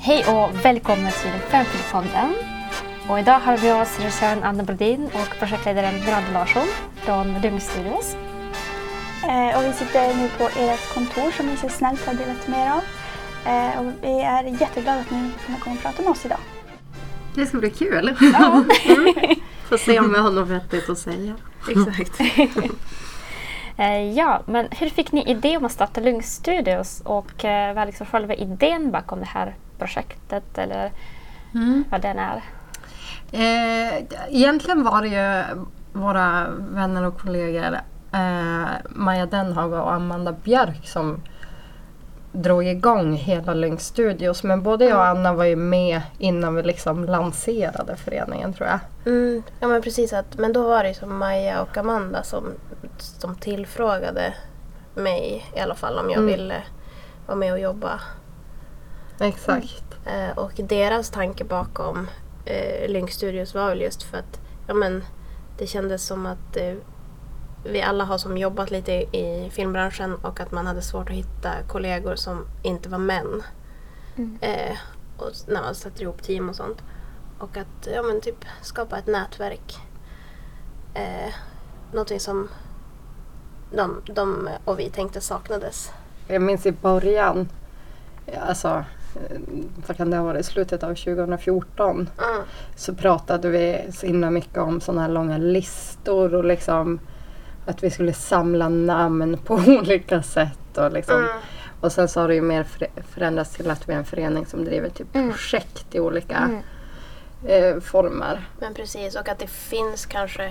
Hej och välkomna till Filmpodden. Och idag har vi oss regissören Anna Brodin och projektledaren Miranda Larsson från Lung Studios. Och vi sitter nu på ert kontor som ni så snällt har delat med er av. Och vi är jätteglada att ni kommer komma och prata med oss idag. Det ska bli kul. Ja. Får se om vi har något vettigt att säga. Exakt. Ja, men hur fick ni idé om att starta Lung Studios och vad är liksom själva idén bakom det här projektet eller vad den är? Egentligen var det ju våra vänner och kollegor Maja Denhag och Amanda Björk som drog igång hela Lung Studios. Men både jag och Anna var ju med innan vi liksom lanserade föreningen, tror jag. Ja, men precis. Men då var det som Maja och Amanda som tillfrågade mig i alla fall om jag ville vara med och jobba. Exakt. Och deras tanke bakom Lung Studios var väl just för att det kändes som att vi alla har som jobbat lite i filmbranschen och att man hade svårt att hitta kollegor som inte var män. Och när man sätter ihop team och sånt. Och att typ skapa ett nätverk. Någonting som de och vi tänkte saknades. Jag minns i början, alltså vad kan det ha varit, i slutet av 2014 så pratade vi så himla mycket om sådana här långa listor och liksom att vi skulle samla namn på olika sätt och liksom. Och sen så har det ju mer förändrats till att vi är en förening som driver typ projekt i olika former. Men precis, och att det finns kanske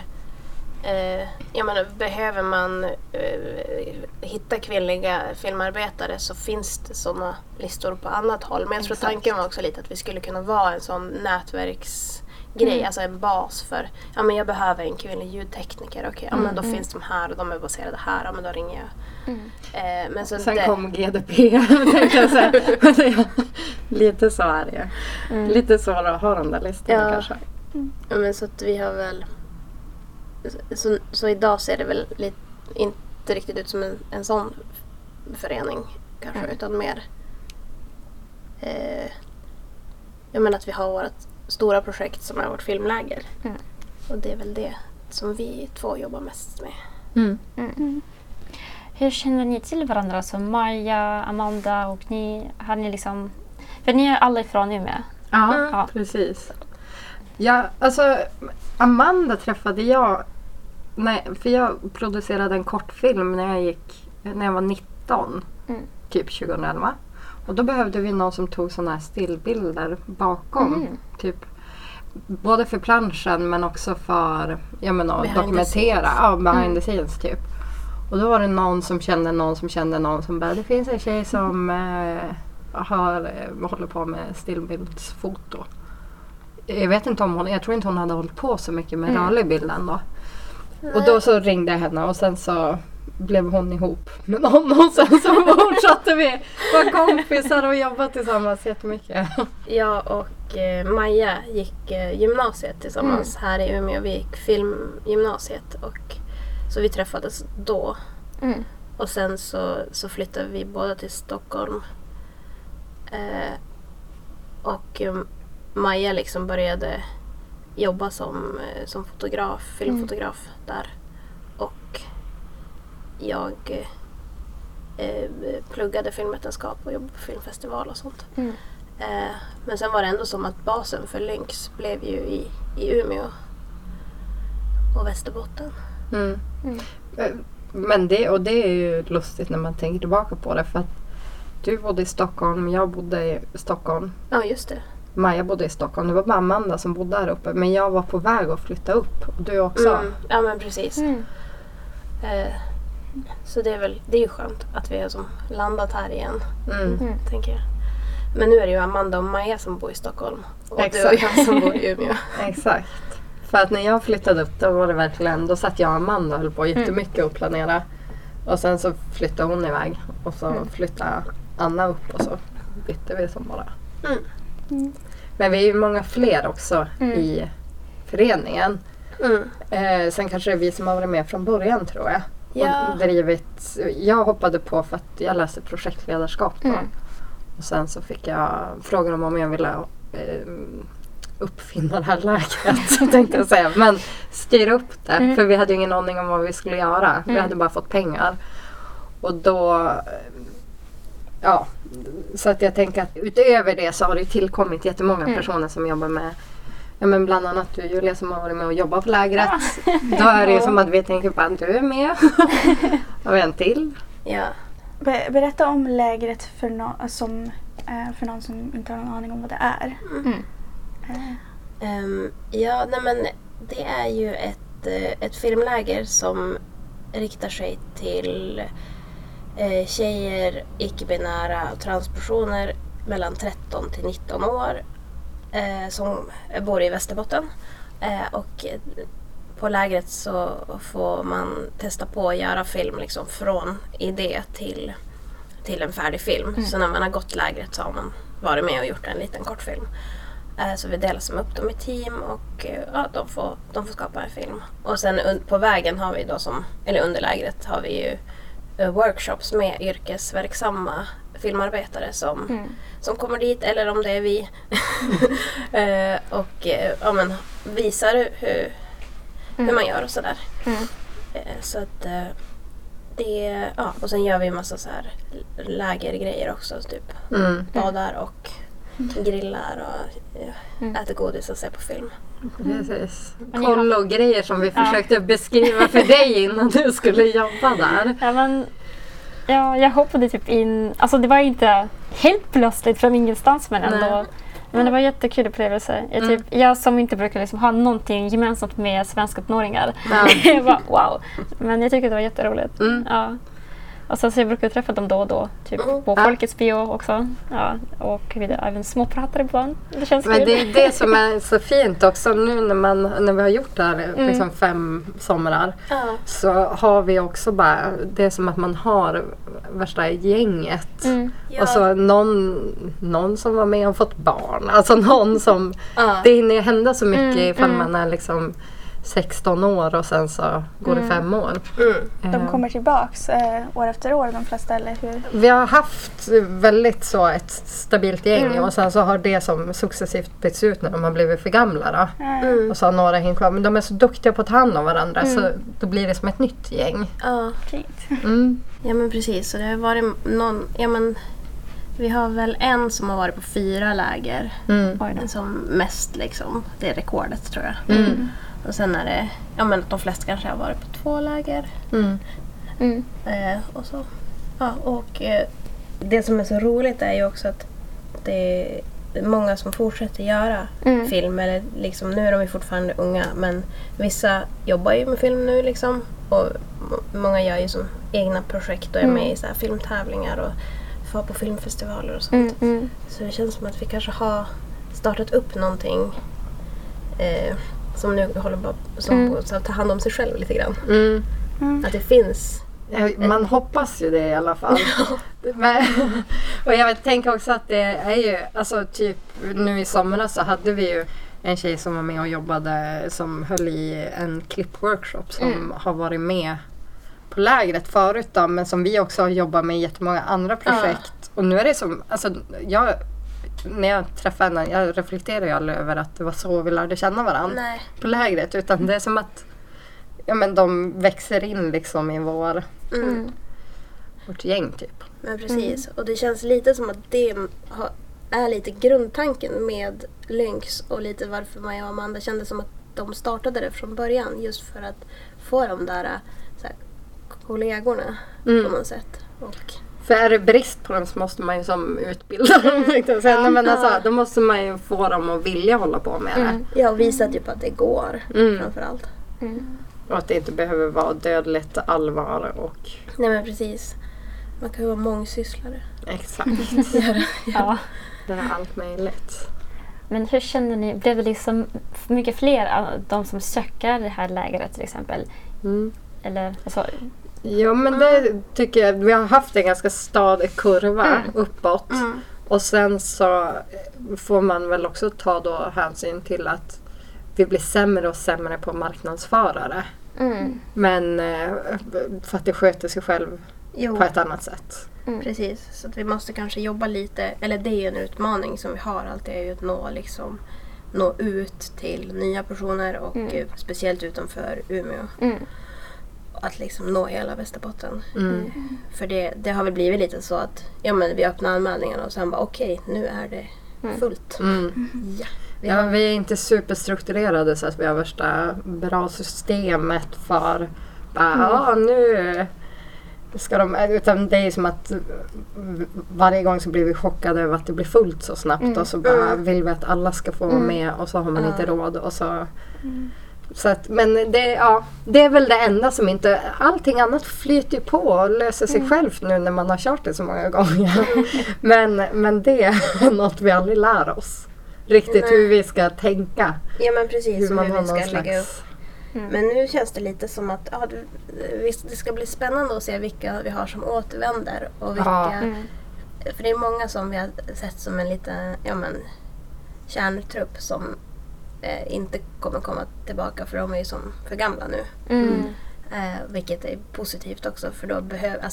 behöver man hitta kvinnliga filmarbetare så finns det sådana listor på annat håll. Men jag tror tanken var också lite att vi skulle kunna vara en sån nätverksgrej, alltså en bas för jag behöver en kvinnlig ljudtekniker. Okej, men då finns de här och de är baserade här, men då ringer jag. Men sen kom GDP tänkte jag säga. Lite så är det. Lite så har de där listorna kanske. Ja, men så att vi har väl så idag ser det väl inte riktigt ut som en sån förening kanske, utan mer att vi har vårt stora projekt som är vårt filmläger. Och det är väl det som vi två jobbar mest med. Hur känner ni till varandra som Maja, Amanda och ni? Har ni liksom, för ni är alla ifrån Umeå. Ja, precis. Ja, alltså Amanda träffade jag för jag producerade en kortfilm när jag var 19, typ 2011. Och då behövde vi någon som tog såna här stillbilder bakom, typ både för planschen men också för att dokumentera, behind the scenes typ. Och då var det någon som kände någon som bara, det finns en tjej som håller på med stillbildsfoto. Jag vet inte jag tror inte hon hade hållit på så mycket med rörlig bilden då. Och då så ringde jag henne och sen så blev hon ihop med någon och sen så fortsatte vi vara kompisar och jobba tillsammans jättemycket. Ja, och Maja gick gymnasiet tillsammans här i Umeå. Vi gick filmgymnasiet och så vi träffades då. Och sen så flyttade vi båda till Stockholm. Och Maja liksom började jobba som fotograf, filmfotograf där. Och jag pluggade filmvetenskap och jobbade på filmfestival och sånt. Men sen var det ändå som att basen för Lynx blev ju i Umeå och Västerbotten. Men det är ju lustigt när man tänker tillbaka på det, för att du bodde i Stockholm, jag bodde i Stockholm. Ja, just det. Maja bodde i Stockholm. Det var bara Amanda som bodde där uppe. Men jag var på väg att flytta upp. Och du också. Ja, men precis. Så det är ju skönt att vi har som landat här igen. Tänker jag. Men nu är det ju Amanda och Maja som bor i Stockholm. Och du och jag som bor i Umeå. Exakt. För att när jag flyttade upp då var det verkligen, då satt jag och Amanda och höll på jättemycket och planera. Och sen så flyttade hon iväg. Och så flyttade Anna upp och så bytte vi som bara. Men vi är ju många fler också i föreningen. Sen kanske det är vi som har varit med från början, tror jag. Ja. Och drivit, jag hoppade på för att jag läste projektledarskap då. Och sen så fick jag frågan om jag ville uppfinna det här lägret, tänkte jag säga. Men styra upp det, för vi hade ju ingen aning om vad vi skulle göra. Vi hade bara fått pengar. Och då, ja, så att jag tänker att utöver det så har det tillkommit jättemånga personer som jobbar med, ja men bland annat du Julia som har varit med och jobbat på lägret. Då är det ju som att vi tänker på att du är med. Och en till. Ja. Berätta om lägret för någon som inte har någon aning om vad det är. Ja, nej men det är ju ett filmläger som riktar sig till tjejer, icke-binära och transpersoner mellan 13 till 19 år som bor i Västerbotten. Och på lägret så får man testa på att göra film liksom från idé till en färdig film. Så när man har gått lägret så har man varit med och gjort en liten kortfilm. Så vi delar upp dem i team och de får skapa en film. Och sen på vägen har vi då under lägret har vi ju workshops med yrkesverksamma filmarbetare som kommer dit, eller om det är vi. Och visar hur man gör och sådär. Så att det, och sen gör vi en massa så här lägergrejer också, typ badar och grillar och äter godis och ser på film. Precis. Koll och grejer som vi försökte beskriva för dig innan du skulle jobba där. Jag hoppade typ in, alltså det var inte helt plötsligt från ingenstans, men ändå. Men det var en jättekul upplevelse. Jag som inte brukar liksom ha någonting gemensamt med svenska tonåringar. Jag bara wow. Men jag tycker det var jätteroligt. Ja. Och sen så jag brukar träffa dem då och då. Typ på Folkets bio också. Ja, och vi även småpratar ibland. Det känns men kul. det är det som är så fint också nu när vi har gjort det här liksom 5 somrar. Så har vi också bara, det är som att man har värsta gänget. Och så någon som var med och fått barn. Alltså någon som, det hinner hända så mycket ifall man är liksom 16 år och sen så går det 5 år. De kommer tillbaks år efter år, de flesta, eller hur? Vi har haft väldigt så ett stabilt gäng och sen så har det som successivt bytts ut när de har blivit för gamla då. Och så har några hängt kvar, men de är så duktiga på att ta hand om varandra så då blir det som ett nytt gäng. Ja men precis, så det har varit vi har väl en som har varit på 4 läger som mest liksom, det är rekordet tror jag. Och sen är det, de flesta kanske har varit på 2 läger. Och så. Ja, och det som är så roligt är ju också att det är många som fortsätter göra film. Eller liksom, nu är de ju fortfarande unga, men vissa jobbar ju med film nu liksom. Och många gör ju som egna projekt och är med i så här filmtävlingar och får på filmfestivaler och sånt. Så det känns som att vi kanske har startat upp någonting som nu håller på att ta hand om sig själv lite grann. Att det finns. Man hoppas ju det i alla fall. Och jag tänker också att det är ju, alltså typ nu i somras så hade vi ju en tjej som var med och jobbade, som höll i en klippworkshop som har varit med på lägret förut då, men som vi också har jobbat med i jättemånga andra projekt. Och nu är det som, alltså när jag träffade henne, jag reflekterar ju aldrig över att det var så vi lärde känna varandra på lägret, utan det är som att de växer in liksom i vårt gäng typ. Men precis, och det känns lite som att det är lite grundtanken med Lynx och lite varför jag och Amanda kände som att de startade det från början, just för att få de där så här, kollegorna på något sätt. Och för är det brist på dem så måste man ju som utbilda dem. Men alltså, då måste man ju få dem att vilja hålla på med det. Ja, och visa typ att det går framförallt. Och att det inte behöver vara dödligt allvar. Nej men precis. Man kan ju vara mångsysslare. Exakt. Det är allt möjligt. Men hur känner ni, blev det liksom mycket fler av de som söker det här lägret till exempel? Eller alltså? Ja men det tycker jag, vi har haft en ganska stadig kurva uppåt. Och sen så får man väl också ta då hänsyn till att vi blir sämre och sämre på marknadsförare. Men för att det sköter sig själv på ett annat sätt. Precis, så att vi måste kanske jobba lite, eller det är ju en utmaning som vi har alltid, är ju att nå ut till nya personer och speciellt utanför Umeå. Att liksom nå hela Västerbotten. För det har väl blivit lite så att vi öppnar anmälningarna och sen bara okej, nu är det fullt. Ja, vi är inte superstrukturerade så att vi har värsta bra systemet för nu ska de, utan det är som att varje gång så blir vi chockade över att det blir fullt så snabbt och så bara vill vi att alla ska få vara med och så har man inte råd och så så att, men det är väl det enda som inte, allting annat flyter på och löser sig själv nu när man har kört det så många gånger. men det är något vi aldrig lär oss riktigt hur vi ska tänka. Ja, men precis, hur vi ska lägga upp. Men nu känns det lite som att det ska bli spännande att se vilka vi har som återvänder och vilka, för det är många som vi har sett som en liten kärntrupp som inte kommer komma tillbaka, för de är ju som för gamla nu. Vilket är positivt också, för då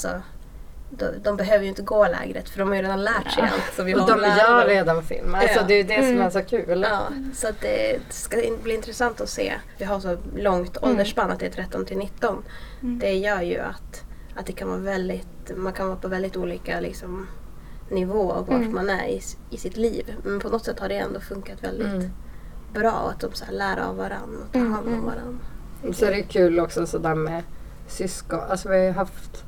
de behöver ju inte gå lägret, för de har ju redan lärt sig allt. Så vi och de gör redan film. Alltså det är ju det som är så kul. Ja, så att det ska bli intressant att se. Vi har så långt åldersspann att det är 13 till 19. Det gör ju att det kan vara man kan vara på väldigt olika liksom, nivå av vart man är i sitt liv. Men på något sätt har det ändå funkat väldigt bra att de så här lär av varandra och tar hand om varandra. Så det är kul också sådär med syskon. Alltså vi har haft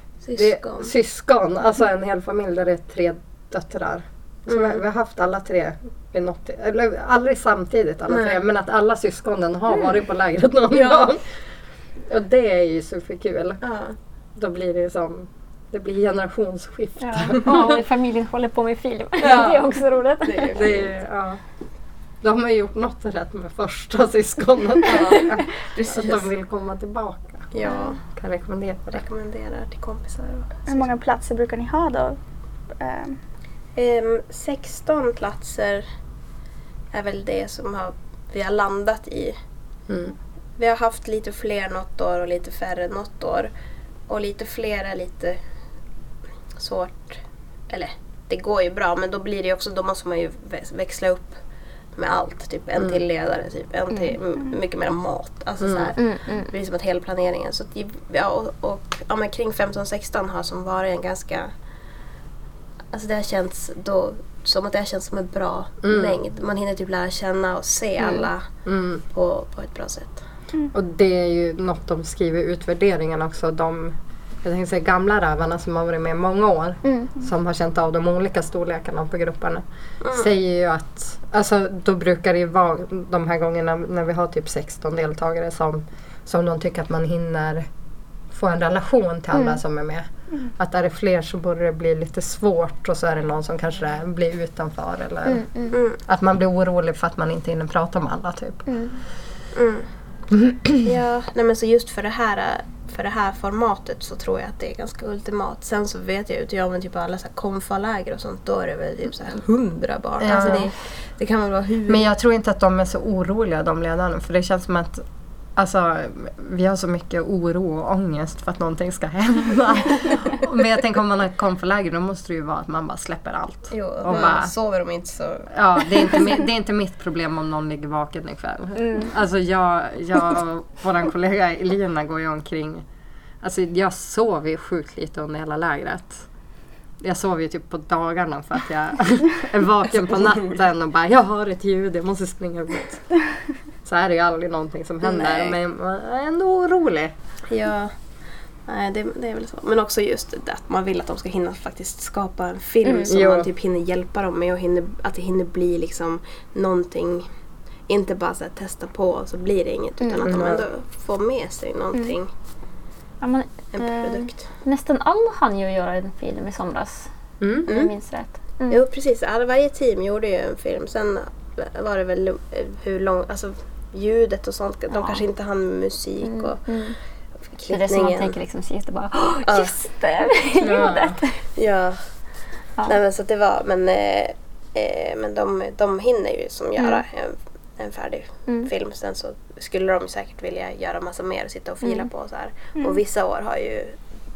syskon, alltså en hel familj där det är 3 döttrar. Så vi har haft alla 3 vid något, eller aldrig samtidigt alla 3, men att alla syskonen har varit på lägret någon gång. Och det är ju superkul. Då blir det blir generationsskifte. Och familjen håller på med film. Det är också roligt. De har gjort något rätt med första syskonet. Att de vill komma tillbaka. Ja, kan rekommendera till kompisar. Hur många platser brukar ni ha då? 16 platser är väl det som vi har landat i. Vi har haft lite fler något år och lite färre något år. Och lite fler är lite svårt. Eller det går ju bra, men då blir det också, då måste man ju växla upp med allt, typ en till ledare, typ en till mycket mer mat, alltså så här. Det blir som att hela planeringen, så att, men kring 15-16 har som varit en ganska, alltså det har känts då som att det har känts som en bra mängd. Man hinner typ lära känna och se alla på ett bra sätt. Och det är ju något de skriver i utvärderingen också, jag tänkte säga gamla rävarna som har varit med i många år, som har känt av de olika storlekarna på grupperna, säger ju att alltså, då brukar det ju vara de här gångerna när vi har typ 16 deltagare som de tycker att man hinner få en relation till alla som är med. Att är det fler så borde det bli lite svårt, och så är det någon som kanske blir utanför eller att man blir orolig för att man inte hinner prata med alla typ. Ja, nej, men så just för det här formatet så tror jag att det är ganska ultimat. Sen så vet jag ju men typ alla så här konfaläger och sånt, då är det väl typ så här 100 barn. Ja. Alltså det kan väl vara Men jag tror inte att de är så oroliga, de ledarna, för det känns som att alltså, vi har så mycket oro och ångest för att någonting ska hända. Men jag tänker om man har ett konfaläger, då måste det ju vara att man bara släpper allt. Jo, och bara sover de inte så... Ja, det är inte mitt problem om någon ligger vaken ikväll. Alltså jag och vår kollega Elina går ju omkring. Alltså jag sov ju sjukt lite under hela lägret. Jag sov ju typ på dagarna för att jag är vaken på natten och bara, jag har ett ljud, jag måste springa ut. Så är det ju aldrig någonting som händer, men man är ändå orolig. Ja, nej, det är väl så. Men också just det att man vill att de ska hinna faktiskt skapa en film som man typ hinner hjälpa dem med, och att det hinner bli liksom någonting, inte bara så att testa på och så blir det inget, utan att de ändå får med sig någonting. Ja, men, en produkt. Nästan alla hann ju göra en film i somras. Om jag minns rätt. Jo, precis. Varje team gjorde ju en film. Sen var det väl hur långt, alltså ljudet och sånt. De kanske inte hann musik och klippningen. Det är som man tänker liksom sist och bara, just det, ljudet. Ja. Nej, men så det var, men de hinner ju som göra en färdig film. Sen så skulle de säkert vilja göra massa mer och sitta och fila på och så här. Och vissa år har ju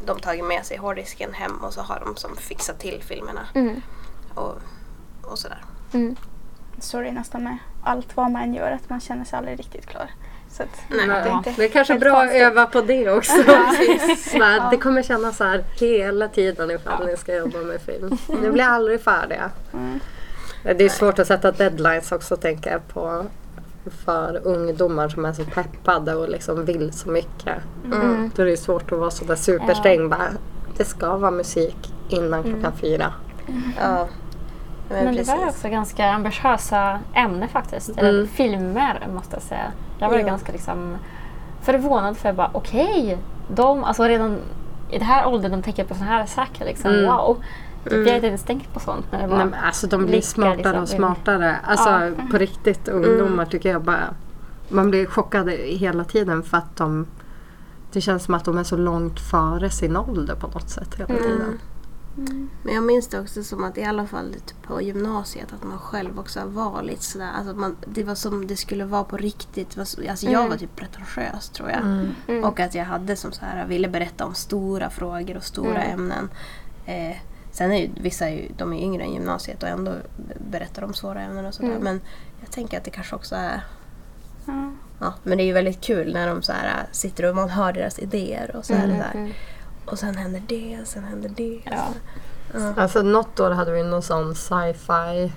de tagit med sig hårddisken hem och så har de som fixat till filmerna och sådär. Så är det nästan med allt vad man gör, att man känner sig aldrig riktigt klar. Så att det är kanske bra att öva på det också. Det kommer kännas så här hela tiden ifall ni ska jobba med film. Ni blir aldrig färdiga. Det är svårt att sätta deadlines också, tänker jag på, för ungdomar som är så peppade och liksom vill så mycket. Då är det svårt att vara så där supersträng. Bara, det ska vara musik innan klockan 4. Ja. Men det var också ganska ambitiösa ämnen faktiskt. Eller filmer, måste jag säga. Jag var ganska liksom förvånad, för jag bara okej, de, alltså redan i det här åldern de tänker på såna här saker liksom, wow. Jag hade inte ens tänkt på sånt när det var. Nej, men alltså de blir smartare liksom, och smartare. Alltså på riktigt, ungdomar tycker jag bara, man blir chockad hela tiden för att det känns som att de är så långt före sin ålder på något sätt hela tiden. Men jag minns det också som att i alla fall på gymnasiet att man själv också var lite sådär, alltså det var som det skulle vara på riktigt. Alltså jag var typ pretentiös, tror jag. Och att jag hade som så här, ville berätta om stora frågor och stora ämnen. Sen är ju vissa de är yngre än gymnasiet och ändå berättar om svåra ämnen och sådär. Men jag tänker att det kanske också är ja, men det är ju väldigt kul när de så här sitter och man hör deras idéer och så här där. Och sen händer det, sen händer det. Ja. Alltså något år hade vi någon sån sci-fi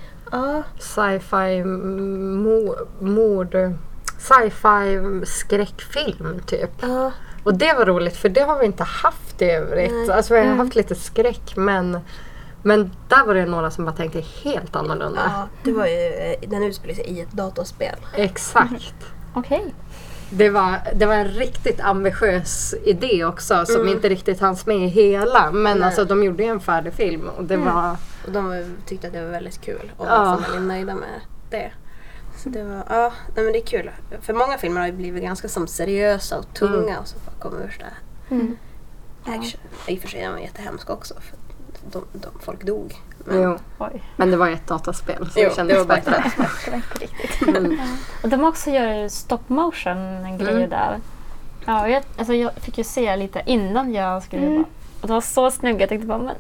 sci-fi skräckfilm typ. Och det var roligt, för det har vi inte haft i övrigt. Alltså vi har haft lite skräck, men där var det några som bara tänkte helt annorlunda. Ja, det var ju, den utspelade sig i ett datorspel. Exakt. Okej. Det var en riktigt ambitiös idé också som inte riktigt hanns med i hela. Men alltså de gjorde en färdig film och det var... Och de tyckte att det var väldigt kul och var väldigt nöjda med det. Så det var, nej men det är kul. För många filmer har ju blivit ganska som seriösa och tunga och så kommer värsta action. I och för sig den var jättehemsk också för folk dog. Men det var ett dataspel så det var bara det var inte riktigt. Och de också gör stop motion grejer där. Ja, jag fick ju se lite innan jag skulle jobba. Och det var så snyggt. Jag tänkte bara, men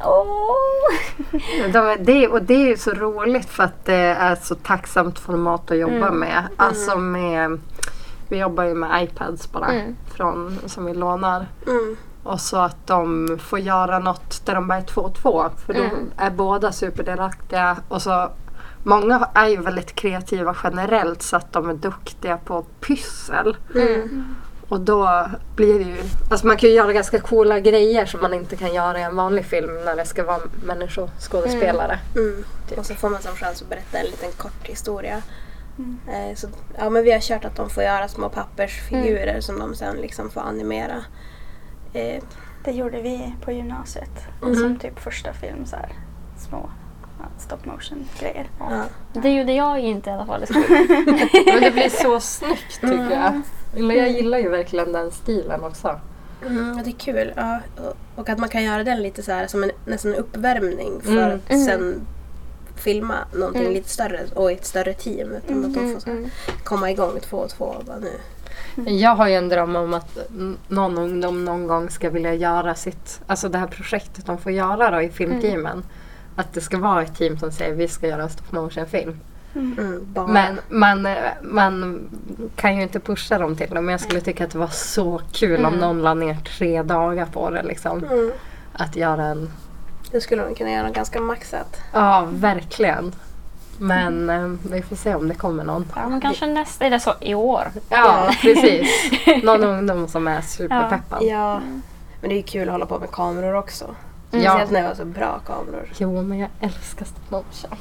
det är ju så roligt för att det är så tacksamt format att jobba med. Alltså vi jobbar ju med iPads bara som vi lånar. Och så att de får göra något där de bara är 2-2. För då är båda superdelaktiga. Och så många är ju väldigt kreativa generellt så att de är duktiga på pyssel. Och då blir det ju... Alltså man kan ju göra ganska coola grejer som man inte kan göra i en vanlig film när det ska vara människoskådespelare. Typ. Och så får man som chans att berätta en liten kort historia. Så, ja, men vi har kört att de får göra små pappersfigurer som de sen liksom får animera. Det gjorde vi på gymnasiet. Som typ första film, så här små stop motion grejer. det gjorde jag inte i alla fall. Men det blir så snyggt tycker jag. Jag gillar ju verkligen den stilen också. Det är kul. Ja. Och att man kan göra den lite så här som nästan en uppvärmning för att sen filma någonting lite större och ett större team. Utan att de får så här komma igång 2-2 bara nu. Jag har ju en dröm om att någon ungdom någon gång ska vilja göra alltså det här projektet de får göra då i filmteamen. Att det ska vara ett team som säger vi ska göra en stop motion film. Men man kan ju inte pusha dem till det. Men jag skulle tycka att det var så kul om någon la ner 3 dagar på det liksom. Att göra en... Det skulle de kunna göra ganska maxat. Ja, verkligen. Men vi får se om det kommer någon. Ja, men kanske nästa, eller så i år. Ja, precis. Någon ungdom som är superpeppad. Ja, men det är ju kul att hålla på med kameror också. Speciellt när det var så bra kameror. Jo, men jag älskar stop motion.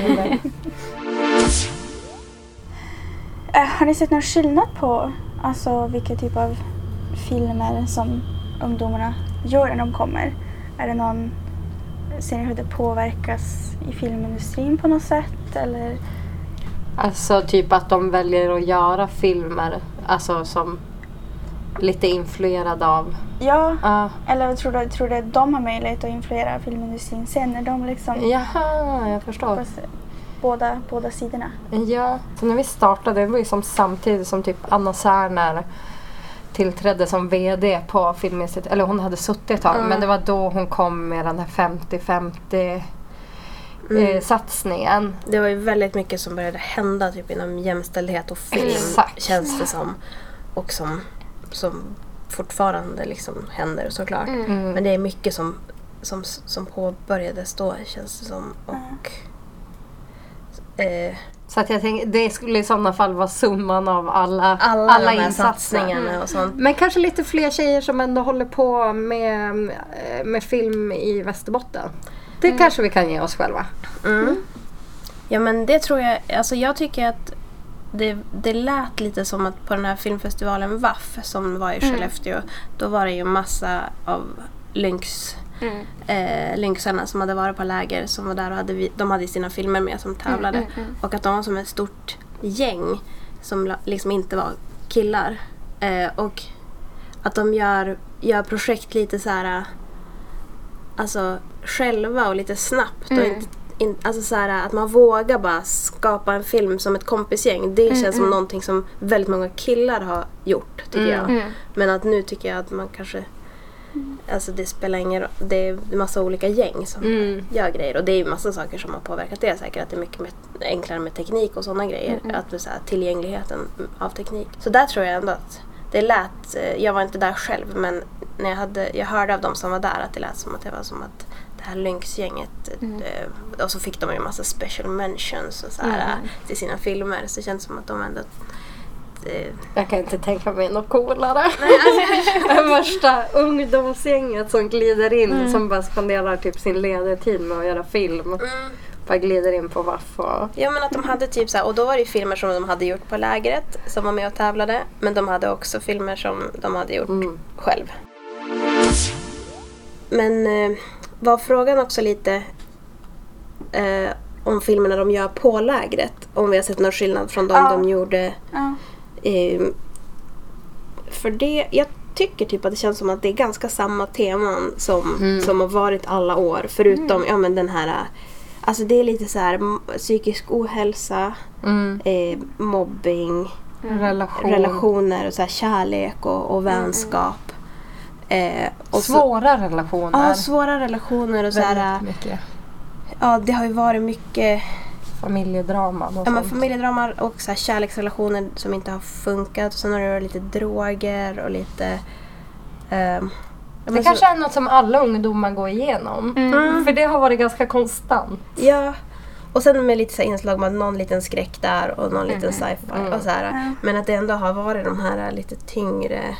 Har ni sett någon skillnad på alltså, vilka typ av filmer som ungdomarna gör när de kommer? Är det någon... Ser ni hur det påverkas i filmindustrin på något sätt? Eller? Alltså typ att de väljer att göra filmer alltså som lite influerade av... Ja, eller tror du att de har möjlighet att influera filmindustrin sen när de liksom... Jaha, jag förstår. Båda sidorna. Ja, så när vi startade, det var ju som samtidigt som typ Anna Särner tillträdde som vd på Filminstitutet. Eller hon hade suttit ett tag. Men det var då hon kom med den här 50-50 satsningen. Det var ju väldigt mycket som började hända typ inom jämställdhet och film. Exakt. Känns det som. Och som fortfarande liksom händer såklart. Men det är mycket som påbörjades då, känns det som. Och så att jag tänker, det skulle i sådana fall vara summan av alla de här insatser. satsningarna och sånt. Men kanske lite fler tjejer som ändå håller på med film i Västerbotten. Det kanske vi kan ge oss själva. Ja, men det tror jag. Alltså jag tycker att det lät lite som att på den här filmfestivalen VAF som var i Skellefteå, då var det ju massa av lynxarna som hade varit på läger som var där och de hade sina filmer med som tävlade. Och att de var som ett stort gäng som liksom inte var killar. Och att de gör projekt lite så här, alltså själva och lite snabbt och alltså så här, att man vågar bara skapa en film som ett kompisgäng. Det känns som någonting som väldigt många killar har gjort, tycker jag. Men att nu tycker jag att man kanske alltså det spelar ingen roll. Det är massa olika gäng som gör grejer. Och det är ju massa saker som har påverkat det säkert. Att det är mycket enklare med teknik och sådana grejer. Att så här, tillgängligheten av teknik. Så där tror jag ändå att det lät, jag var inte där själv, men när jag hörde av dem som var där att det lät som att det var som att det här lynxgänget och så fick de ju en massa special mentions och så här, till sina filmer. Så det känns som att de ändå jag kan inte tänka mig något coolare. Det värsta ungdomsgänget som glider in som bara spenderar typ sin ledetid med att göra film. Bara glider in på VAF. Ja, men att de hade typ så här, och då var det filmer som de hade gjort på lägret som var med och tävlade, men de hade också filmer som de hade gjort själv. Men var frågan också lite om filmerna de gör på lägret, om vi har sett någon skillnad från de gjorde. För det, jag tycker typ att det känns som att det är ganska samma teman som har varit alla år, förutom ja, men den här, alltså det är lite så här psykisk ohälsa, mobbing, relationer och så här kärlek och vänskap. Och svåra relationer. Ja, svåra relationer och så här. Mycket. Ja, det har ju varit mycket familjedrama och men familjedrama och så här kärleksrelationer som inte har funkat, och sen har det varit lite droger och lite det kanske är något som alla ungdomar går igenom. För det har varit ganska konstant. Ja. Och sen med lite så här inslag med någon liten skräck där och någon liten sci-fi och så här. Men att det ändå har varit de här lite tyngre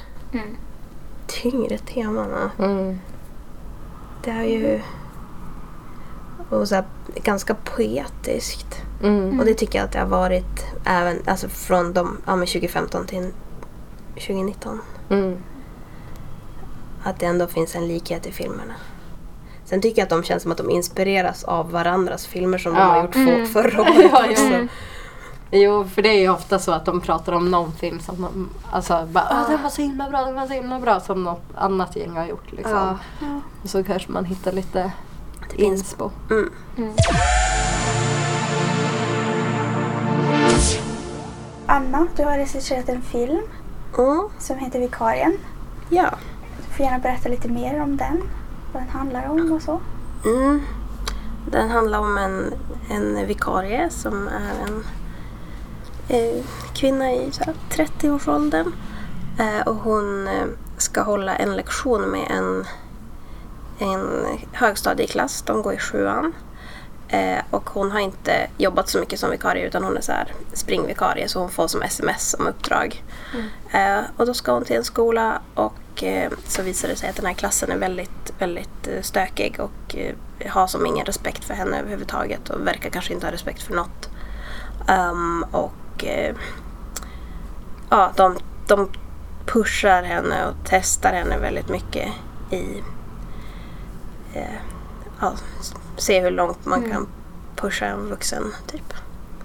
temana. Det är ju och så här, ganska poetiskt. Och det tycker jag att det har varit även alltså från 2015 till 2019. Att det ändå finns en likhet i filmerna. Sen tycker jag att de känns som att de inspireras av varandras filmer som de har gjort förra året också. Jo, för det är ju ofta så att de pratar om någon film som de, alltså bara, det var så himla bra som något annat gäng har gjort liksom. Och så kanske man hittar lite inspo. Anna, du har regisserat en film som heter Vikarien. Ja. Du får gärna berätta lite mer om den. Vad den handlar om och så. Den handlar om en vikarie som är en kvinna i 30-årsåldern. Och hon ska hålla en lektion med en högstadieklass. De går i 7:an. Och hon har inte jobbat så mycket som vikarie, utan hon är så här springvikarie, så hon får som sms som uppdrag. Och då ska hon till en skola och så visar det sig att den här klassen är väldigt, väldigt stökig och har som ingen respekt för henne överhuvudtaget och verkar kanske inte ha respekt för något. De pushar henne och testar henne väldigt mycket i se hur långt man kan pusha en vuxen typ.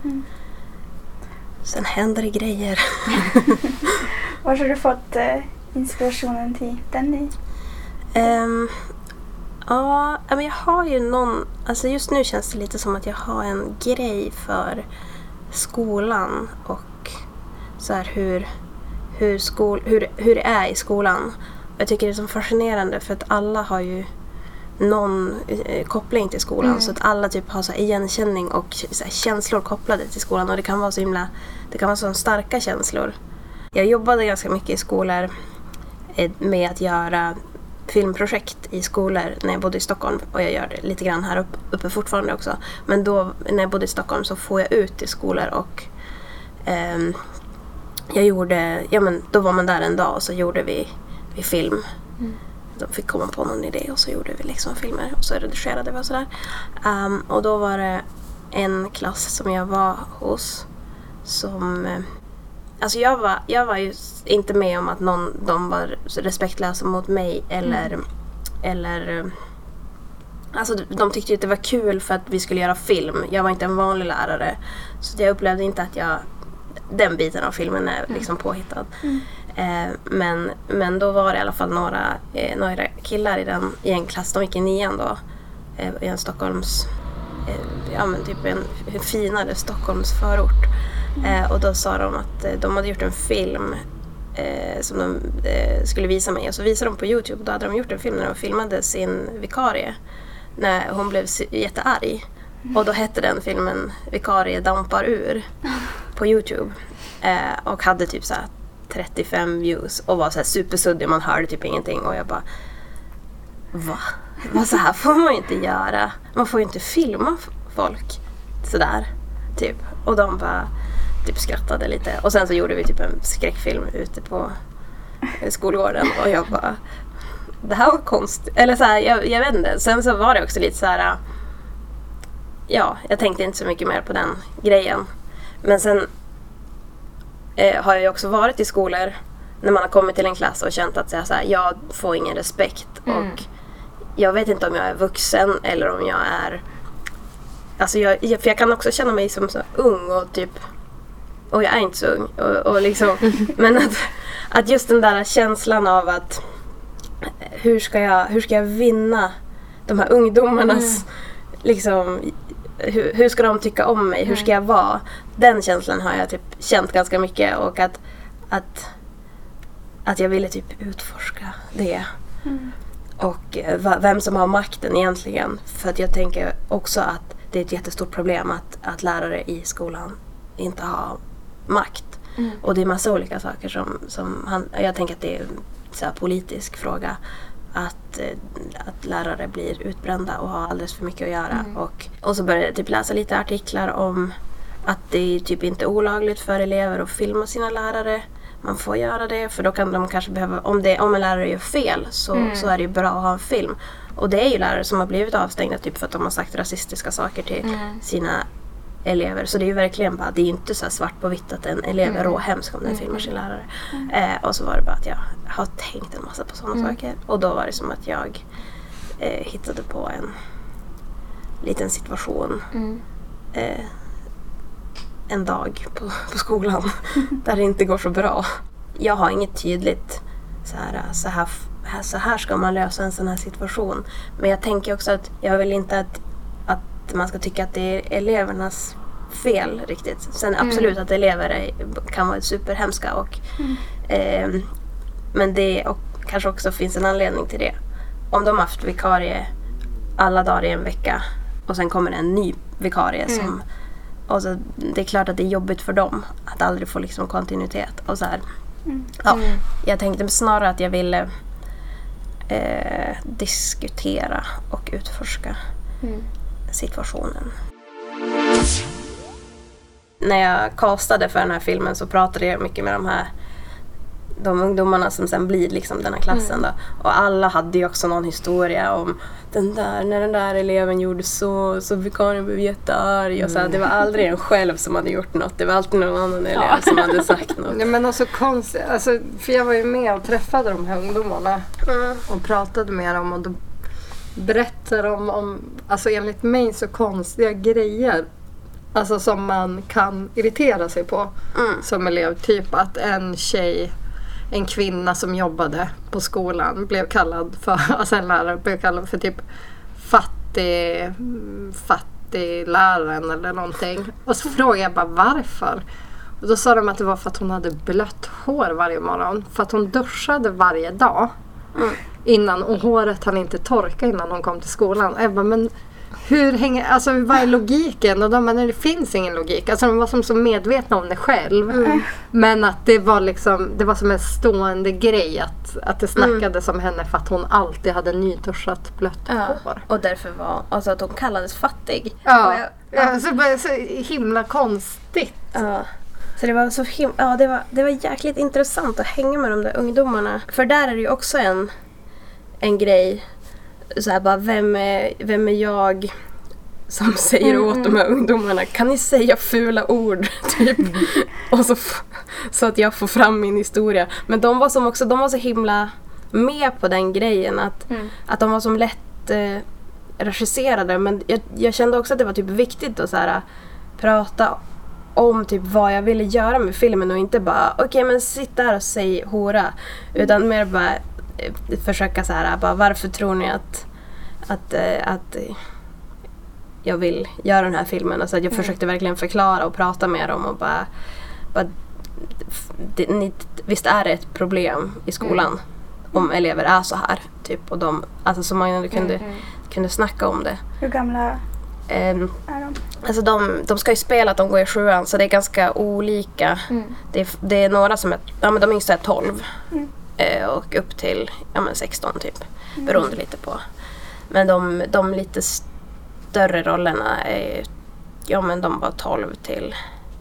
Sen händer det grejer. Var har du fått inspirationen till den i? Ja, men jag har ju någon, alltså just nu känns det lite som att jag har en grej för skolan och så här hur hur det är i skolan. Jag tycker det är så fascinerande för att alla har ju någon koppling till skolan, så att alla typ har så här igenkänning och så här känslor kopplade till skolan, och det kan vara så starka känslor. Jag jobbade ganska mycket i skolor med att göra filmprojekt i skolor när jag bodde i Stockholm, och jag gör det lite grann här uppe fortfarande också. Men då när jag bodde i Stockholm så får jag ut till skolor, och då var man där en dag och så gjorde vi film. De fick komma på någon idé och så gjorde vi liksom filmer och så redigerade vi och sådär. Och då var det en klass som jag var hos som... Alltså jag var ju inte med om att de var respektlösa mot mig eller alltså de tyckte ju att det var kul för att vi skulle göra film. Jag var inte en vanlig lärare, så jag upplevde inte att den biten av filmen är liksom påhittad. Men då var det i alla fall några killar i en klass, de gick i 9:an då, i en Stockholms typ en finare Stockholms förort. Och då sa de att de hade gjort en film som de skulle visa mig, och så visade de på YouTube. Då hade de gjort en film när de filmade sin vikarie när hon blev jättearg, och då hette den filmen Vikarie dampar ur på YouTube, och hade typ så här 35 views och var så här supersuddig, man hörde typ ingenting, och jag bara vad så här får man ju inte göra, man får ju inte filma folk sådär typ. Och de bara typ skrattade lite, och sen så gjorde vi typ en skräckfilm ute på skolgården, och jag bara det här var konstigt, eller så här, jag vet inte. Sen så var det också lite så här, jag tänkte inte så mycket mer på den grejen. Men sen har jag ju också varit i skolor när man har kommit till en klass och känt att så här, jag får ingen respekt, och jag vet inte om jag är vuxen eller om jag är, alltså för jag kan också känna mig som så ung och typ, och jag är inte så ung och liksom, men att just den där känslan av att hur ska jag vinna de här ungdomarnas liksom, hur ska de tycka om mig, hur ska jag vara, den känslan har jag typ känt ganska mycket, och att jag ville typ utforska det. Och vem som har makten egentligen, för att jag tänker också att det är ett jättestort problem att lärare i skolan inte har makt. Och det är massa olika saker som jag tänker att det är en så här politisk fråga, att lärare blir utbrända och har alldeles för mycket att göra. Och så började jag typ läsa lite artiklar om att det är typ inte olagligt för elever att filma sina lärare. Man får göra det, för då kan de kanske behöva, om en lärare gör fel så är det ju bra att ha en film. Och det är ju lärare som har blivit avstängda typ för att de har sagt rasistiska saker till sina elever. Så det är ju verkligen bara, det är ju inte så här svart på vitt att en elev är råhemsk om den filmar sin lärare. Och så var det bara att jag har tänkt en massa på sådana saker. Och då var det som att jag hittade på en liten situation en dag på skolan där det inte går så bra. Jag har inget tydligt så här ska man lösa en sån här situation. Men jag tänker också att jag vill inte att man ska tycka att det är elevernas fel riktigt. Sen absolut att elever kan vara superhemska men det och kanske också finns en anledning till det. Om de har haft vikarie alla dagar i en vecka och sen kommer en ny vikarie som, och så, det är klart att det är jobbigt för dem att aldrig få liksom kontinuitet och så här. Jag tänkte snarare att jag ville diskutera och utforska situationen. När jag castade för den här filmen så pratade jag mycket med de ungdomarna som sen blir liksom den här klassen då. Och alla hade ju också någon historia om när den där eleven gjorde så vikarien blev jättearg och så här, det var aldrig en själv som hade gjort något, det var alltid någon annan elev som hade sagt något. Nej, men också konstigt, alltså, för jag var ju med och träffade de här ungdomarna och pratade med dem, och då berättade de om alltså enligt mig så konstiga grejer, alltså som man kan irritera sig på som elev, typ att en kvinna som jobbade på skolan blev kallad för, alltså en lärare blev kallad för typ fattig läraren eller någonting. Och så frågade jag bara varför. Och då sa de att det var för att hon hade blött hår varje morgon. För att hon duschade varje dag. Innan, och håret hann inte torka innan hon kom till skolan. Och jag bara, men hur hänger, alltså vad är logiken? Och de bara, nej, det finns ingen logik. Alltså de var som så medvetna om det själv. Men att det var liksom, det var som en stående grej att det snackades om henne för att hon alltid hade nyduschat blött hår. Och därför var, alltså att hon kallades fattig. Så himla konstigt. Ja. Så det var så det var jäkligt intressant att hänga med de där ungdomarna. För där är det ju också en grej. Så här bara, vem är jag som säger åt de här ungdomarna, kan ni säga fula ord typ? Och så att jag får fram min historia. Men de var så himla med på den grejen att de var som lätt regisserade. Men jag kände också att det var typ viktigt att så här, prata om typ vad jag ville göra med filmen och inte bara okej, men sitt där och säg hora, utan mer bara försöka så här, bara, varför tror ni att jag vill göra den här filmen? Alltså att jag försökte verkligen förklara och prata med dem och bara visst är det ett problem i skolan om elever är så här typ, och de, alltså så man kunde snacka om det. Hur gamla är de? Alltså de ska ju spela att de går i 7:an, så det är ganska olika. Det är några som är, men de yngsta är 12 och upp till 16 typ, beroende lite på. Men de lite större rollerna är, de var 12 till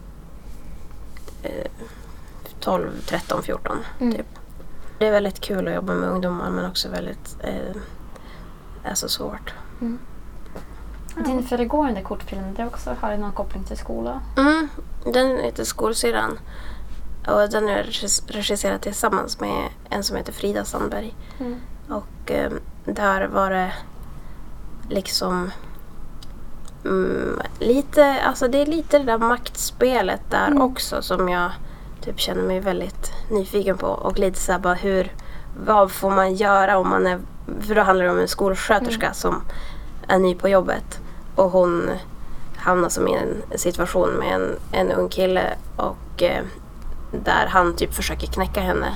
12, 13, 14 typ. Det är väldigt kul att jobba med ungdomar, men också väldigt alltså svårt. Din föregående kortfilm, det också har någon koppling till skola? Den heter Skolsyrran. Och den är regisserad tillsammans med en som heter Frida Sandberg. Och där var det liksom lite, alltså det är lite det där maktspelet där också som jag typ känner mig väldigt nyfiken på. Och lite så här bara vad får man göra om man är, för då handlar det om en skolsköterska som är ny på jobbet. Och hon hamnar som i en situation med en ung kille och där han typ försöker knäcka henne.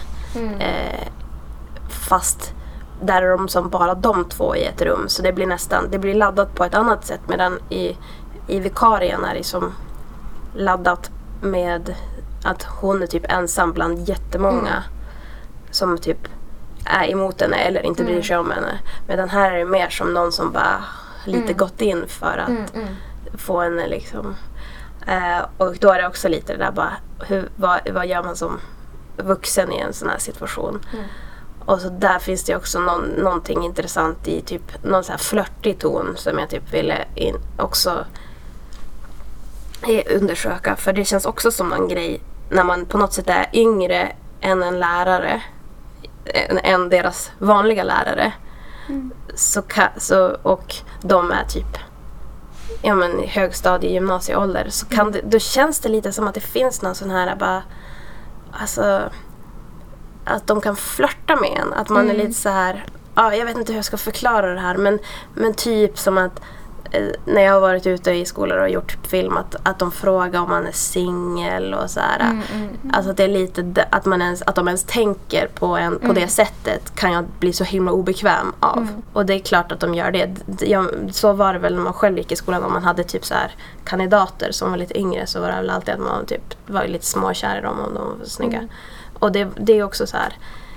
Fast där är de som bara de två i ett rum, så det blir laddat på ett annat sätt, medan i vikarien är det som laddat med att hon är typ ensam bland jättemånga som typ är emot henne eller inte bryr sig om henne, medan här är det mer som någon som bara lite gått in för att få henne liksom och då är det också lite det där bara vad gör man som vuxen i en sån här situation. Och så där finns det också någonting intressant i typ någon så här flörtig ton som jag typ ville också undersöka, för det känns också som en grej när man på något sätt är yngre än en lärare än deras vanliga lärare. Och de är typ i högstadie, gymnasieålder, så då känns det lite som att det finns någon sån här bara, alltså att de kan flirta med en, att man är lite så här, jag vet inte hur jag ska förklara det här, men typ som att när jag har varit ute i skolor och gjort film, att de frågar om man är singel och så här. Alltså att det är lite att de ens tänker på en på det sättet kan jag bli så himla obekväm av. Och det är klart att de gör det. Så var det väl när man själv gick i skolan, om man hade typ så här kandidater som var lite yngre, så var det väl alltid att man typ var lite småkär i dem om de var snygga. Och det är också så här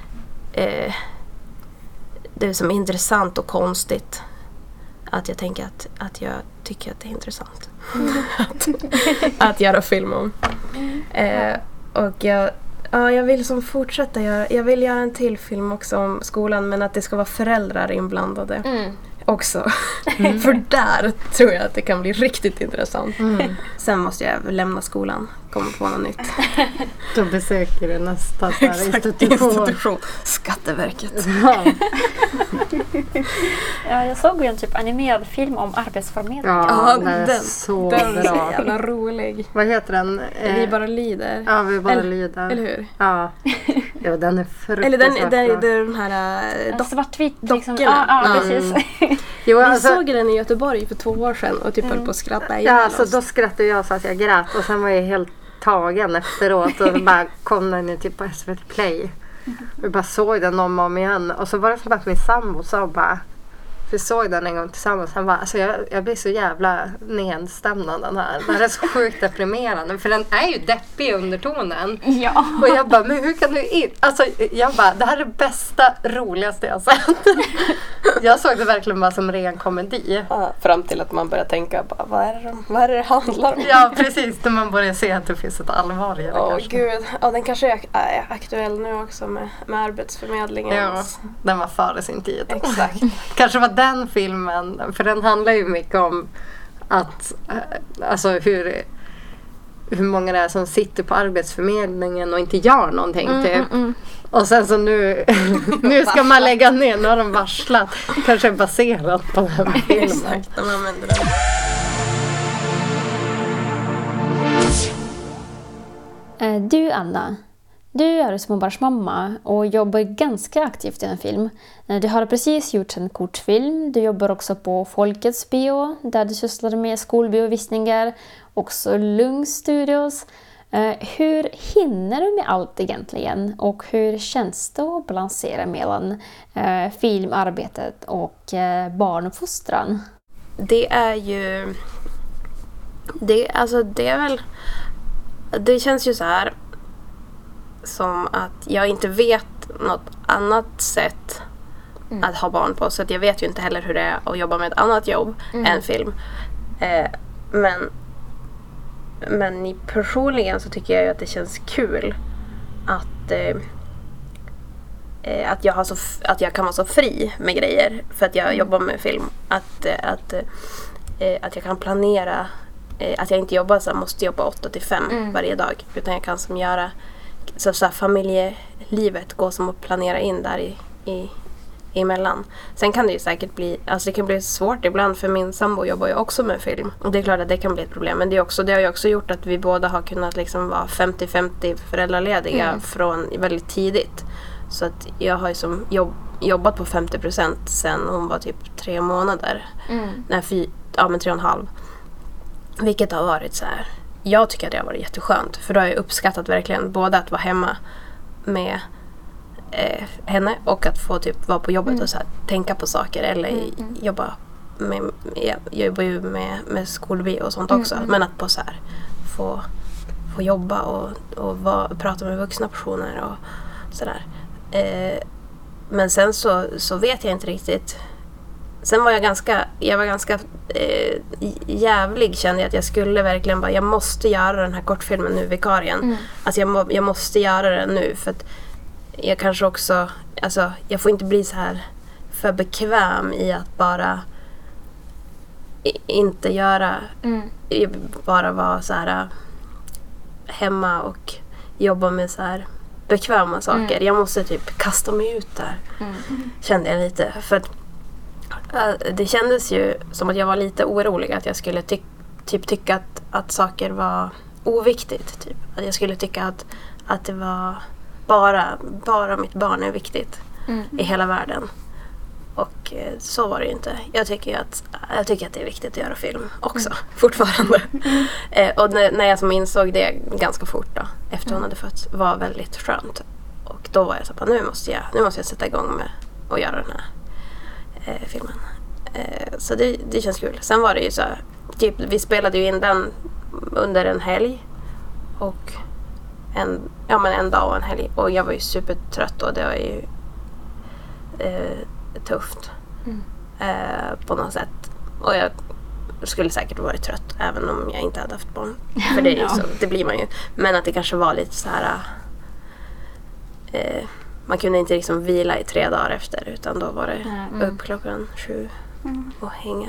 det är som intressant och konstigt att jag tänker att jag tycker att det är intressant att göra film om. Och jag vill som fortsätta jag vill göra en till film också om skolan, men att det ska vara föräldrar inblandade också. För där tror jag att det kan bli riktigt intressant. Sen måste jag lämna skolan, komma på något nytt. Då besöker du nästa institution. Skatteverket. Ja, jag såg ju en typ animerad film om arbetsförmedling. Ja, den är så bra. Den är så jävla rolig. Vad heter den? Vi bara lider. Ja, vi bara lider. Eller hur? Ja, den är fruktansvärt eller bra. den här svartvitt dockorna. Liksom. Ja, precis. Jo, vi såg den i Göteborg för 2 år sedan och typ höll på att skratta Ja, alltså då skrattade jag så att jag grät, och sen var jag helt tagen efteråt och bara kom den ju typ på SVT Play. Vi bara såg den om och om igen. Och så var det som att min sambo sa bara, vi såg den en gång tillsammans. Han bara, alltså jag blir så jävla nedstämd av den här. Den är så sjukt deprimerande. För den är ju deppig i undertonen. Ja. Och jag bara, men hur kan du alltså jag bara, det här är det bästa, roligaste jag sett. Jag såg det verkligen bara som ren komedi. Ja, fram till att man börjar tänka, bara, vad är det handlar om? Ja, precis. När man börjar se att det finns ett allvar i det. Åh gud, den kanske är aktuell nu också med Arbetsförmedlingen. Ja, den var före sin tid. Exakt. Kanske var den filmen, för den handlar ju mycket om att, alltså hur många det är som sitter på Arbetsförmedlingen och inte gör någonting typ. Och sen så nu ska man lägga ner, nu har de varslat. Kanske baserat på den här filmen. Exakt, de använder den. Du Anna, du är småbarnsmamma och jobbar ganska aktivt i en film. Du har precis gjort en kortfilm. Du jobbar också på Folkets bio där du sysslar med skolbiovisningar. Också Lugn Studios. Hur hinner du med allt egentligen? Och hur känns det att balansera mellan filmarbetet och barnuppfostran? Det är ju... Det är väl... Det känns ju så här som att jag inte vet något annat sätt att ha barn på. Så att jag vet ju inte heller hur det är att jobba med ett annat jobb än film. Men personligen så tycker jag ju att det känns kul att jag kan vara så fri med grejer för att jag jobbar med film. Att jag kan planera, att jag inte jobbar så här, måste jobba 8-5 varje dag, utan jag kan som göra så här, familjelivet går som att planera in där emellan. Sen kan det ju säkert bli, alltså det kan bli svårt ibland, för min sambo jobbar ju också med film och det är klart att det kan bli ett problem, men det har ju också gjort att vi båda har kunnat liksom vara 50-50 föräldralediga från väldigt tidigt. Så att jag har ju som jobbat på 50% sen hon var typ 3 månader. Men 3,5. Vilket har varit så här. Jag tycker att det har varit jätteskönt, för då har jag uppskattat verkligen både att vara hemma med henne och att få typ vara på jobbet och så här, tänka på saker eller jobba med, jag jobbar ju med skolbio och sånt också, men att på så här få jobba och prata med vuxna personer och sådär. Men sen så vet jag inte riktigt. Sen var jag ganska jävlig, kände jag att jag skulle verkligen bara, jag måste göra den här kortfilmen nu, vikarien. Alltså jag måste göra den nu, för att jag kanske också, alltså jag får inte bli så här för bekväm i att bara inte göra, bara vara så här hemma och jobba med så här bekväma saker. Jag måste typ kasta mig ut där. Kände jag lite, för att det kändes ju som att jag var lite orolig att jag skulle tycka att saker var oviktigt typ. Att jag skulle tycka att det var bara mitt barn är viktigt i hela världen. Och så var det ju inte. Jag tycker att det är viktigt att göra film också, fortfarande. Och när jag som insåg det ganska fort då, efter hon hade fötts, var väldigt skönt. Och då var jag så att nu måste jag sätta igång med att göra den här filmen. Så det känns kul. Sen var det ju så här, typ, vi spelade ju in den under en helg och en dag och en helg, och jag var ju supertrött och det var ju tufft på något sätt, och jag skulle säkert varit trött även om jag inte hade haft barn, för det är ju så, det blir man ju, men att det kanske var lite så här man kunde inte liksom vila i 3 dagar efter, utan då var det upp klockan 7 och hänga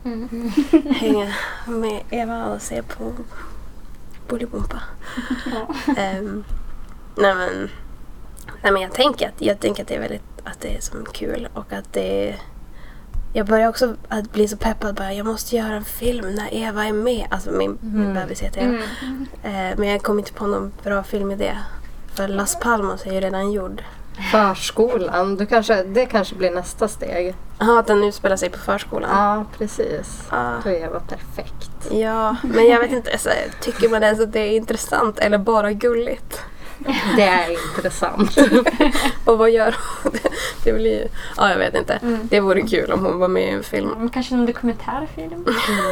med Eva och se på Bolibompa. Nej men jag tänker att det är väldigt, att det är som kul, och att det, jag börjar också att bli så peppad, bara jag måste göra en film när Eva är med, alltså min bebis heter Eva. Men jag kom inte på någon bra filmidé, för Las Palmas är ju redan gjord. Förskolan. Det kanske blir nästa steg. Ja, att den utspelar sig på förskolan. Ja, precis. Ja. Då är jag perfekt. Ja, men jag vet inte, så här, tycker man ens att det är intressant eller bara gulligt? Det är intressant. Och vad gör hon? Det blir, ja, jag vet inte. Det vore kul om hon var med i en film. Kanske en dokumentärfilm.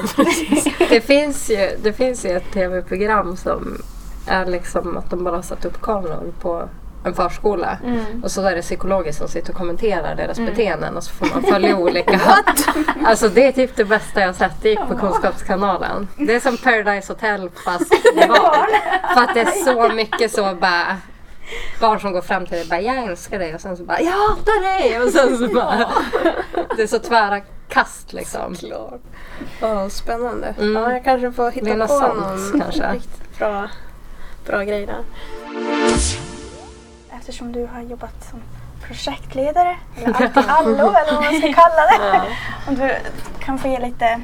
Det finns ju ett tv-program som är liksom att de bara satt upp kameror på en förskola. Och så är det psykologer som sitter och kommenterar deras beteenden och så får man följa olika. Alltså det är typ det bästa jag sett. Det gick på Kunskapskanalen. Det är som Paradise Hotel fast barn. För att det är så mycket så bara barn som går fram till dig och bara jag älskar dig och sen så bara jag hatar dig och sen så bara det är så tvära kast liksom. Klart. Ja, spännande. Ja, jag kanske får hitta Lena på Sands, någon kanske. riktigt bra grej där. Eftersom du har jobbat som projektledare, eller allt-i-allo eller vad man ska kalla det. Om du kan få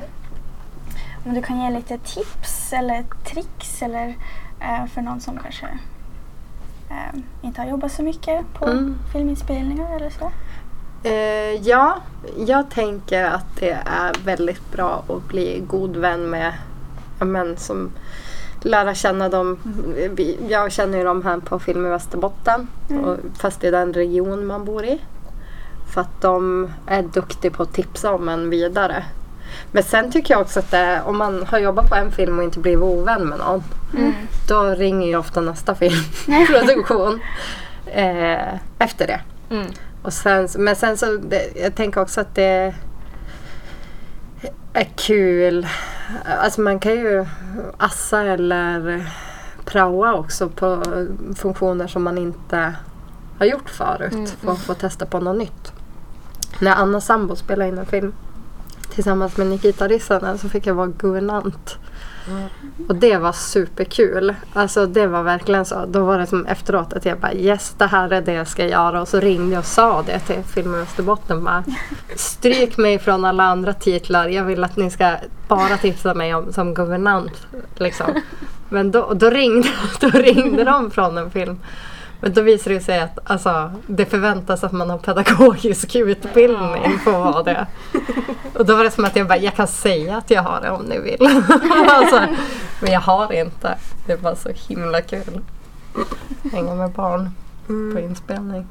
ge lite tips eller tricks eller för någon som kanske inte har jobbat så mycket på filminspelningar eller så. Ja, jag tänker att det är väldigt bra att bli god vän med män som lära känna dem. Jag känner ju dem här på Film i Västerbotten fast det är den region man bor i. För att de är duktiga på att tipsa om en vidare. Men sen tycker jag också att om man har jobbat på en film och inte blivit ovän med någon då ringer ju ofta nästa filmproduktion efter det. Och men sen så jag tänker också att det är kul. Alltså man kan ju assa eller praoa också på funktioner som man inte har gjort förut för att få testa på något nytt. När Anna Sambo spelade in en film tillsammans med Nikita Rissanen så fick jag vara guvernant. Och det var superkul. Alltså det var verkligen så. Då var det som efteråt att jag bara yes, det här är det jag ska göra. Och så ringde jag och sa det till Film i Västerbotten. Bara, stryk mig från alla andra titlar. Jag vill att ni ska bara tipsa mig som guvernant. Liksom. Men då ringde de från en film. Men då visar det sig att alltså, det förväntas att man har pedagogisk utbildning på vad det. Och då var det som att jag kan säga att jag har det om ni vill. Alltså, men jag har inte. Det var så himla kul. Hänga med barn på inspelning.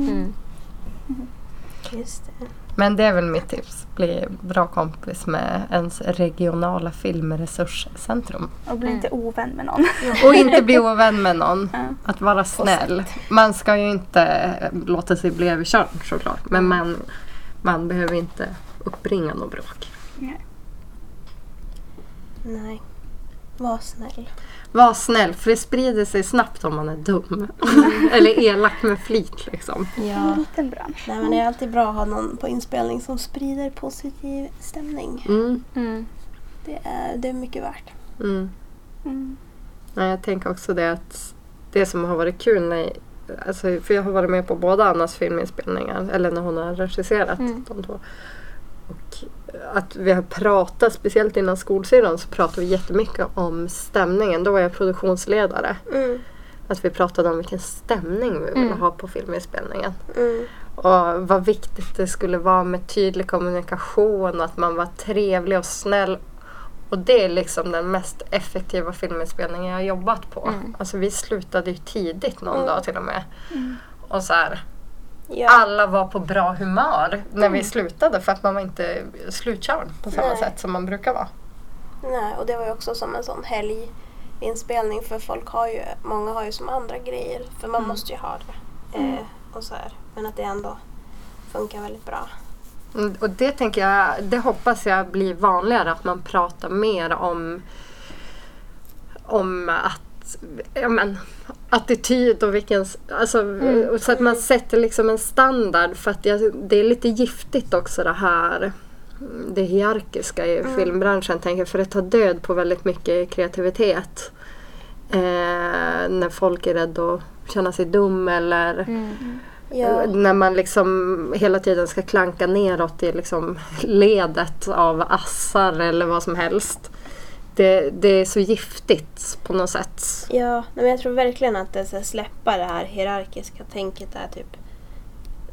Just det. Men det är väl mitt tips. Bli bra kompis med ens regionala filmresurscentrum. Och bli inte ovän med någon. Och inte bli ovän med någon. Att vara snäll. Man ska ju inte låta sig bli överkörd såklart. Men man behöver inte uppbringa något bråk. Nej. Var snäll. Var snäll, för det sprider sig snabbt om man är dum. Eller elak med flit liksom. Ja. En liten bransch. Nej, men det är alltid bra att ha någon på inspelning som sprider positiv stämning. Det är mycket värt. Ja, jag tänker också det att det som har varit kul alltså, för jag har varit med på båda Annas filminspelningar eller när hon har regisserat de två. Och att vi har pratat, speciellt innan skolsidan så pratade vi jättemycket om stämningen. Då var jag produktionsledare. Att vi pratade om vilken stämning vi ville ha på filminspelningen. Och vad viktigt det skulle vara med tydlig kommunikation och att man var trevlig och snäll. Och det är liksom den mest effektiva filminspelningen jag har jobbat på. Alltså vi slutade ju tidigt någon dag till och med. Och så här, alla var på bra humör när vi slutade för att man var inte slutkörd på samma sätt som man brukar vara. Nej, och det var ju också som en sån helginspelning för många har ju som andra grejer för man måste ju ha det. Och så här. Men att det ändå funkar väldigt bra. Och det tänker jag, det hoppas jag blir vanligare att man pratar mer om att attityd och så att man sätter liksom en standard för att det är lite giftigt också det hierarkiska i filmbranschen tänker jag, för det tar död på väldigt mycket kreativitet när folk är rädda att känna sig dum eller när man liksom hela tiden ska klanka neråt i liksom ledet av assar eller vad som helst. Det är så giftigt på något sätt. Ja, men jag tror verkligen att det så släppa det här hierarkiska tänket är typ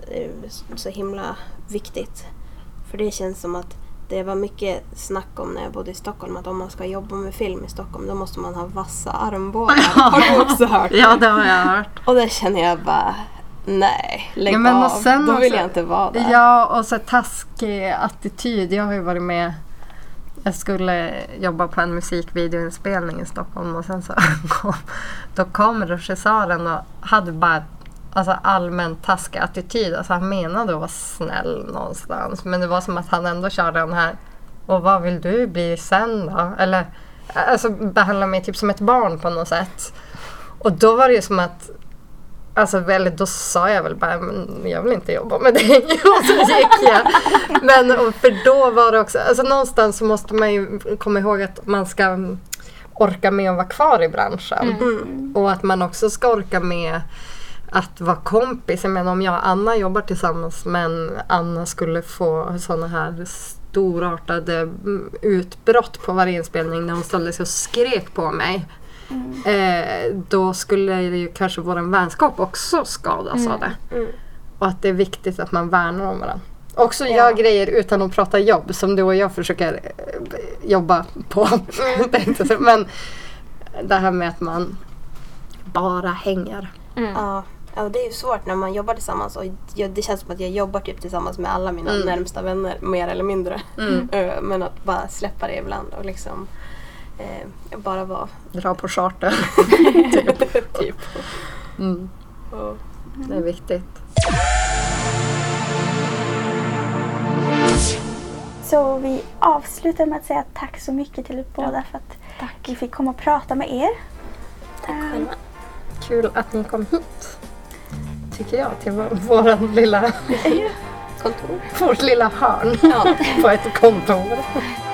så himla viktigt. För det känns som att det var mycket snack om när jag bodde i Stockholm att om man ska jobba med film i Stockholm då måste man ha vassa armbågar. Har du också hört det? Ja, det har jag hört. Och det känner jag bara, nej, lägg Ja, men av. och sen Då vill också- jag inte vara där. Ja, och så taskig attityd. Jag har ju varit med. Jag skulle jobba på en musikvideoinspelning i Stockholm och sen så kom regissören och hade bara allmän taskig attityd. Alltså han menade att vara snäll någonstans. Men det var som att han ändå körde den här. Och vad vill du bli sen då? Eller alltså behandla mig typ som ett barn på något sätt. Och då var det ju som att då sa jag väl bara, men jag vill inte jobba med dig. Och så gick jag. För då var det också, någonstans så måste man ju komma ihåg att man ska orka med att vara kvar i branschen. Och att man också ska orka med att vara kompis. Jag menar, om jag och Anna jobbar tillsammans men Anna skulle få såna här storartade utbrott på varje inspelning när hon ställde sig och skrek på mig. Då skulle det ju kanske vår vänskap också skadas av det. Och att det är viktigt att man värnar om varandra. Också gör grejer utan att prata jobb som du och jag försöker jobba på. Men det här med att man bara hänger. Ja, det är ju svårt när man jobbar tillsammans och det känns som att jag jobbar typ tillsammans med alla mina närmsta vänner, mer eller mindre. Men att bara släppa det ibland och liksom bara vara... Dra på charter. typ. Det är viktigt. Så vi avslutar med att säga tack så mycket till er båda för att vi fick komma och prata med er. Tack själva. Kul att ni kom hit. Tycker jag, till vårt lilla Kontor. hörn på ett kontor.